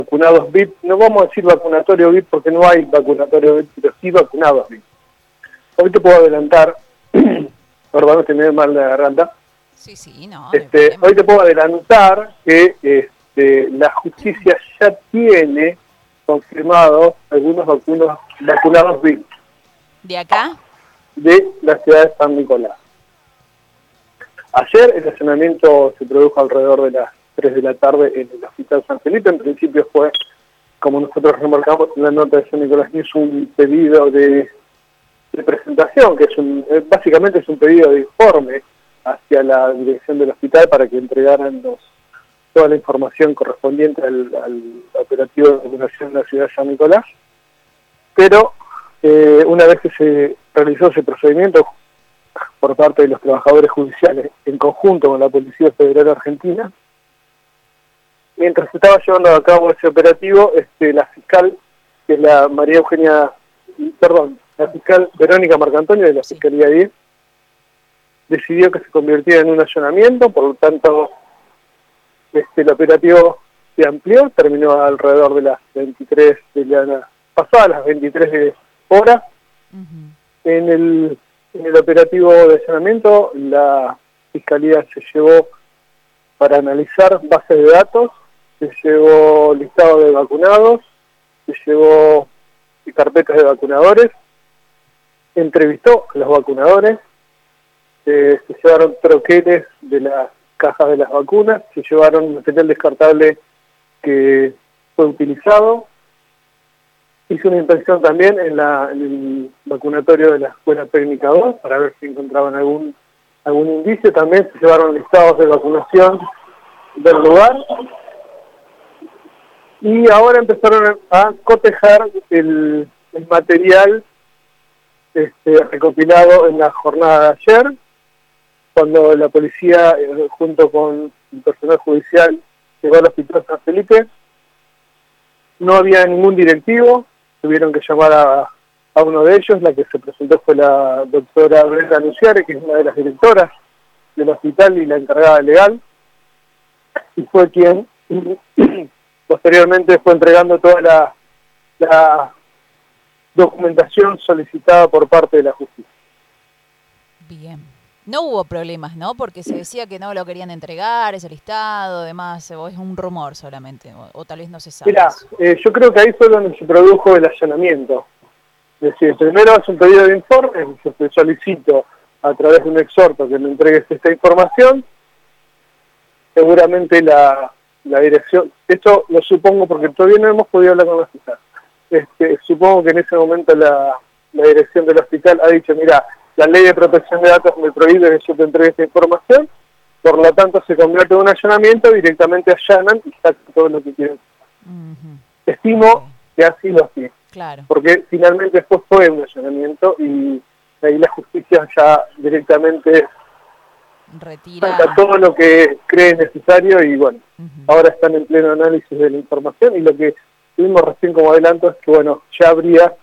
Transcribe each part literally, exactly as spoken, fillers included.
vacunados V I P, no vamos a decir vacunatorio V I P porque no hay vacunatorio V I P, pero sí vacunados V I P. Hoy te puedo adelantar, perdón, que me ve mal la garganta, sí, sí, no, este, no hoy te puedo adelantar que este, la justicia ya tiene confirmados algunos vacunos, vacunados V I P. ¿De acá? De la ciudad de San Nicolás. Ayer el allanamiento se produjo alrededor de las tres de la tarde en el Hospital San Felipe. En principio fue, como nosotros remarcamos en la nota de San Nicolás News, un pedido de, de presentación, que es un, básicamente es un pedido de informe hacia la dirección del hospital para que entregaran los, toda la información correspondiente al, al operativo de vacunación en la ciudad de San Nicolás. Pero eh, una vez que se realizó ese procedimiento por parte de los trabajadores judiciales en conjunto con la Policía Federal Argentina, mientras se estaba llevando a cabo ese operativo, este, la fiscal, que es la María Eugenia, perdón, la fiscal Verónica Marcantonio de la Fiscalía diez, decidió que se convirtiera en un allanamiento, por lo tanto este, el operativo se amplió, terminó alrededor de las veintitrés de la pasada, las veintitrés horas. Uh-huh. En el En el operativo de allanamiento, la Fiscalía se llevó para analizar bases de datos, se llevó listado de vacunados, se llevó carpetas de vacunadores, entrevistó a los vacunadores, eh, se llevaron troqueles de las cajas de las vacunas, se llevaron material descartable que fue utilizado. Hizo una inspección también en, la, en el vacunatorio de la Escuela Técnica dos para ver si encontraban algún algún indicio. También se llevaron listados de vacunación del lugar. Y ahora empezaron a cotejar el, el material este, recopilado en la jornada de ayer, cuando la policía, eh, junto con el personal judicial, llegó al Hospital San Felipe. No había ningún directivo. Tuvieron que llamar a, a uno de ellos. La que se presentó fue la doctora Brenda Nuciare, que es una de las directoras del hospital y la encargada legal, y fue quien posteriormente fue entregando toda la, la documentación solicitada por parte de la justicia. Bien. No hubo problemas, ¿no? Porque se decía que no lo querían entregar, ese listado, demás, o es un rumor solamente, o, o tal vez no se sabe. Mirá, eh, yo creo que ahí fue donde se produjo el allanamiento. Es decir, primero hace un pedido de informe, yo te solicito a través de un exhorto que me entregues esta información. Seguramente la, la dirección, esto lo supongo porque todavía no hemos podido hablar con la fiscal. Este, supongo que en ese momento la, la dirección del hospital ha dicho, mira, la ley de protección de datos me prohíbe que yo te entregue esta información, por lo tanto se convierte en un allanamiento, directamente allanan y sacan todo lo que quieren. Uh-huh. Estimo okay. que ha sido así, claro. Porque finalmente después fue un allanamiento y ahí la justicia ya directamente retira saca todo lo que cree necesario y bueno, uh-huh. ahora están en pleno análisis de la información y lo que tuvimos recién como adelanto es que bueno, ya habría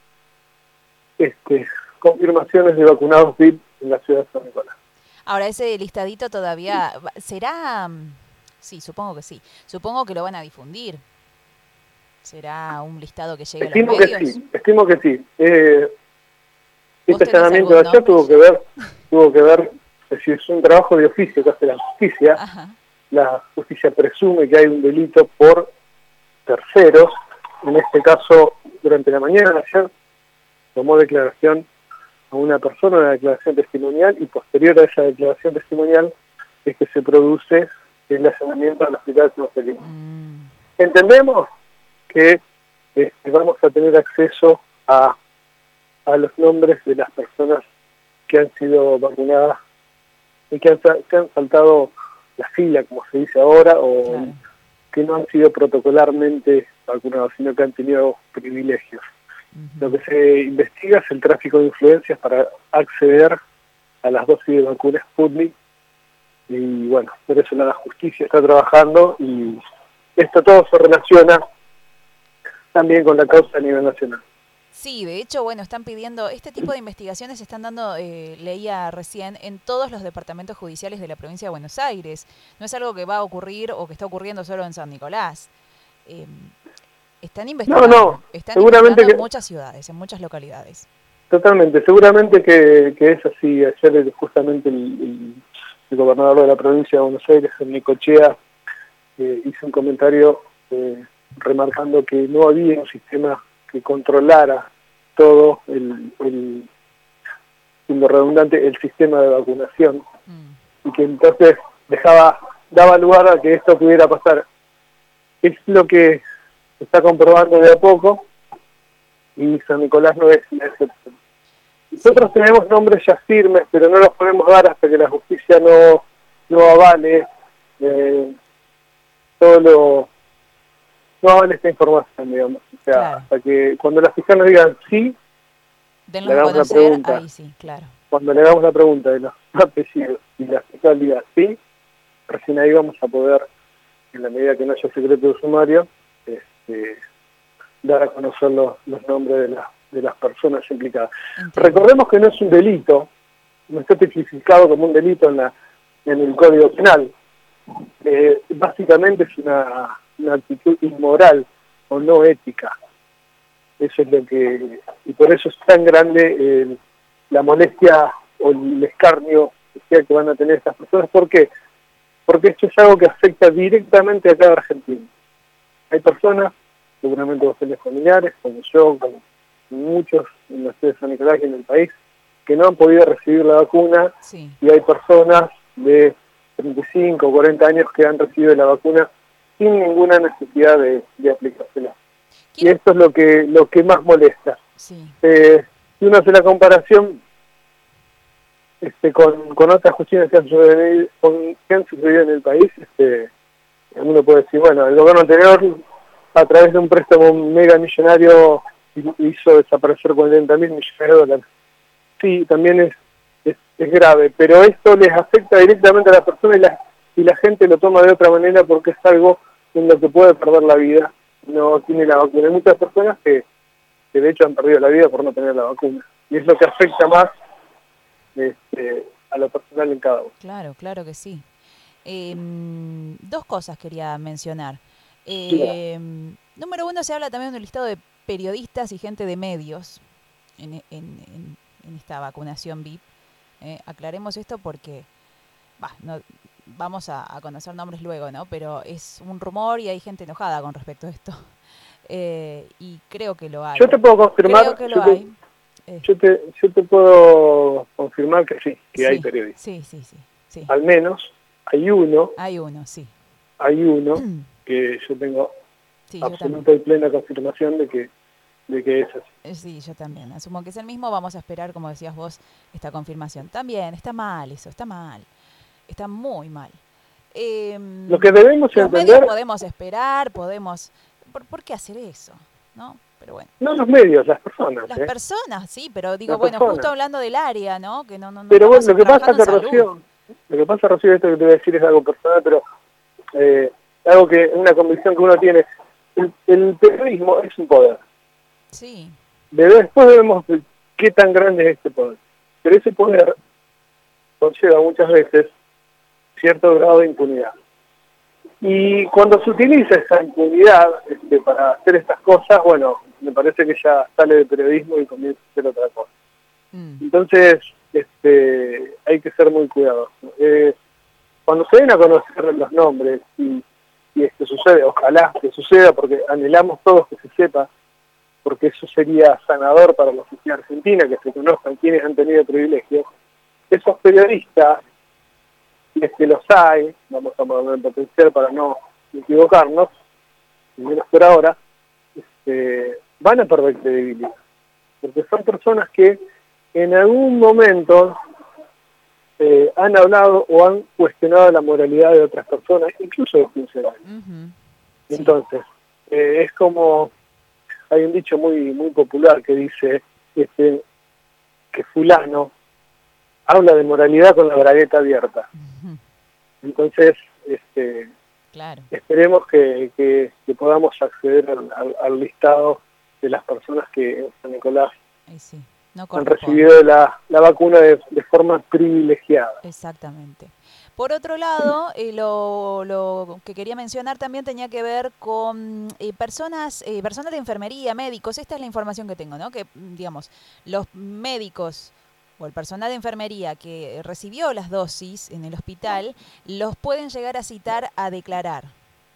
este confirmaciones de vacunados V I P en la ciudad de San Nicolás. Ahora, ese listadito todavía será, sí, supongo que sí, supongo que lo van a difundir. ¿Será un listado que llegue estimo a los medios? Que sí, estimo que sí. Eh, este allanamiento de ayer tuvo que ver, tuvo que ver, es decir, es un trabajo de oficio que hace la justicia. Ajá. La justicia presume que hay un delito por terceros. En este caso, durante la mañana de ayer, tomó declaración a una persona, una declaración testimonial, y posterior a esa declaración testimonial es que se produce el allanamiento al Hospital San Felipe. Mm. Entendemos que este, vamos a tener acceso a, a los nombres de las personas que han sido vacunadas y que han, que han saltado la fila, como se dice ahora, o claro. que no han sido protocolarmente vacunados, sino que han tenido privilegios. Lo que se investiga es el tráfico de influencias para acceder a las dosis de vacunas Sputnik y bueno, por eso la justicia está trabajando y esto todo se relaciona también con la causa a nivel nacional. Sí, de hecho, bueno, están pidiendo, este tipo de investigaciones se están dando, eh, leía recién, en todos los departamentos judiciales de la provincia de Buenos Aires. No es algo que va a ocurrir o que está ocurriendo solo en San Nicolás. eh, están No, investigando, no, están seguramente investigando en que, muchas ciudades, en muchas localidades. totalmente, seguramente que, que es así. Ayer justamente el, el, el gobernador de la provincia de Buenos Aires, el Necochea, eh, hizo un comentario eh, remarcando que no había un sistema que controlara todo el, el, siendo redundante, el sistema de vacunación, Mm. y que entonces dejaba, daba lugar a que esto pudiera pasar. Es lo que se está comprobando de a poco, y San Nicolás no es la excepción. Nosotros Sí. tenemos nombres ya firmes, pero no los podemos dar hasta que la justicia no, no avale eh, todo lo, no avale esta información, digamos. O sea, Claro. hasta que cuando las fiscales nos digan sí, le Denlos a hagamos la conocer, pregunta. ahí sí, claro. Cuando le hagamos la pregunta de los apellidos y la fiscal diga sí, recién ahí vamos a poder, en la medida que no haya secreto de sumario, este, dar a conocer los, los nombres de, la, de las personas implicadas. Entiendo. Recordemos que no es un delito, no está tipificado como un delito en, la, en el Código Penal. Eh, básicamente es una, una actitud inmoral o no ética. Eso es lo que, y por eso es tan grande eh, la molestia o el escarnio social que van a tener estas personas. ¿Por qué? Porque esto es algo que afecta directamente a cada argentino. Hay personas, seguramente vos tenés familiares, como yo, como muchos en la ciudad de San Nicolás y en el país, que no han podido recibir la vacuna, Sí. y hay personas de treinta y cinco o cuarenta años que han recibido la vacuna sin ninguna necesidad de, de aplicársela. Y Quiero... esto es lo que lo que más molesta. Sí. Eh, si uno hace la comparación este, con, con otras cuestiones que han, sucedido, con, que han sucedido en el país, este, uno puede decir, bueno, el gobierno anterior, a través de un préstamo mega millonario, hizo desaparecer cuarenta mil millones de dólares. Sí, también es, es, es grave, pero esto les afecta directamente a la persona, y la, y la gente lo toma de otra manera porque es algo en lo que puede perder la vida. No tiene la vacuna. Hay muchas personas que, que de hecho han perdido la vida por no tener la vacuna. Y es lo que afecta más este, a lo personal en cada uno. Claro, claro que sí. Eh, dos cosas quería mencionar. Eh, número uno, se habla también de un listado de periodistas y gente de medios en, en, en, en esta vacunación V I P. Eh, aclaremos esto porque bah, no, vamos a, a conocer nombres luego, ¿no? Pero es un rumor y hay gente enojada con respecto a esto. Eh, y creo que lo hay. Yo te puedo confirmar, Creo que lo yo te, hay. Eh, yo te, yo te puedo confirmar que sí, que sí, hay periodistas. Sí, sí, sí, sí. Al menos hay uno, Hay uno, sí. hay uno que yo tengo sí, yo absoluta y plena confirmación de que, de que es así. Sí, yo también. Asumo que es el mismo. Vamos a esperar, como decías vos, esta confirmación. También está mal eso, está mal. Está muy mal. Eh, Lo que debemos los entender... medios podemos esperar, podemos... ¿Por, ¿Por qué hacer eso? ¿No? Pero bueno. No los medios, las personas. Las ¿eh? personas, sí, pero digo, Las bueno, personas. justo hablando del área, ¿no? Que no, no, no Pero bueno, estamos lo que pasa trabajando que en salud. Rocío, lo que pasa, Rocío, esto que te voy a decir es algo personal, pero eh, algo que, una convicción que uno tiene, el, el periodismo es un poder. Sí. De, después vemos qué tan grande es este poder. Pero ese poder conlleva muchas veces cierto grado de impunidad. Y cuando se utiliza esa impunidad este, para hacer estas cosas, bueno, me parece que ya sale del periodismo y comienza a hacer otra cosa. Mm. Entonces, este, hay que ser muy cuidadosos. Eh, cuando se den a conocer los nombres, y, y esto sucede, ojalá que suceda, porque anhelamos todos que se sepa, porque eso sería sanador para la sociedad argentina, que se conozcan quienes han tenido privilegios, esos periodistas, y es que los hay, vamos a poner en potencial para no equivocarnos, menos por ahora, este, van a perder credibilidad, porque son personas que en algún momento eh, han hablado o han cuestionado la moralidad de otras personas, incluso de funcionarios. Uh-huh. Sí. Entonces, eh, es como, hay un dicho muy muy popular que dice este, que fulano habla de moralidad con la bragueta abierta. Uh-huh. Entonces, este, claro. esperemos que, que, que podamos acceder al, al, al listado de las personas que en San Nicolás sí, no han recibido la, la vacuna de, de forma privilegiada. Exactamente. Por otro lado, eh, lo, lo que quería mencionar también tenía que ver con eh, personas, eh, personas de enfermería, médicos. Esta es la información que tengo, ¿no? Que, digamos, los médicos o el personal de enfermería que recibió las dosis en el hospital, los pueden llegar a citar a declarar.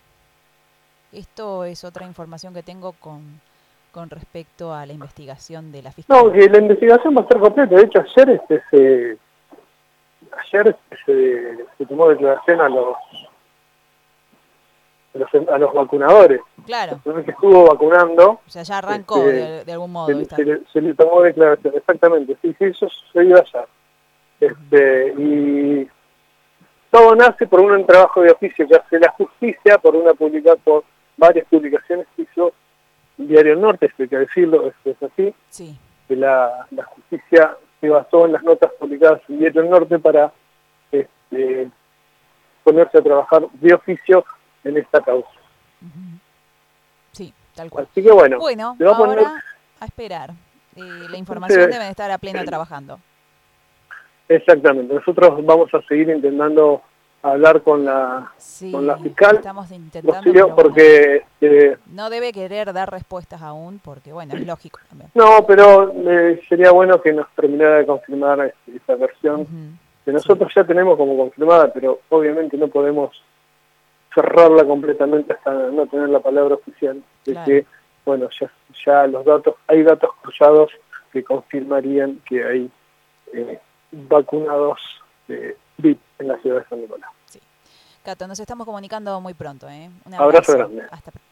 Esto es otra información que tengo con, con respecto a la investigación de la Fiscalía. No, que la investigación va a estar completa. De hecho, ayer este, se, ayer se, se tomó declaración a los, a los, a los vacunadores. Claro. El que estuvo vacunando. O sea, ya arrancó este, de, de algún modo. Se, se, le, se le tomó declaración, exactamente. Sí, sí, eso sucedió ayer. Este, y todo nace por un trabajo de oficio que hace la justicia, por una publicación, por varias publicaciones que hizo Diario El Norte, esto hay que decirlo, esto es así. Sí. Que la, la justicia se basó en las notas publicadas en Diario El Norte para este, ponerse a trabajar de oficio en esta causa. Uh-huh. Sí, tal cual. Así que bueno, bueno se va ahora a, poner... a esperar. Eh, la información sí. debe estar a pleno trabajando. Exactamente. Nosotros vamos a seguir intentando hablar con la, sí, con la fiscal. Estamos intentando. Auxilio, porque bueno, eh, no debe querer dar respuestas aún, porque bueno, es lógico también. No, pero eh, sería bueno que nos terminara de confirmar este, esa versión uh-huh. que nosotros sí. ya tenemos como confirmada, pero obviamente no podemos cerrarla completamente hasta no tener la palabra oficial de claro. que, bueno, ya, ya los datos, hay datos cruzados que confirmarían que hay eh, vacunados de V I P en la ciudad de San Nicolás. Sí. Cato, nos estamos comunicando muy pronto, ¿eh? Un abrazo, abrazo grande. Hasta pronto.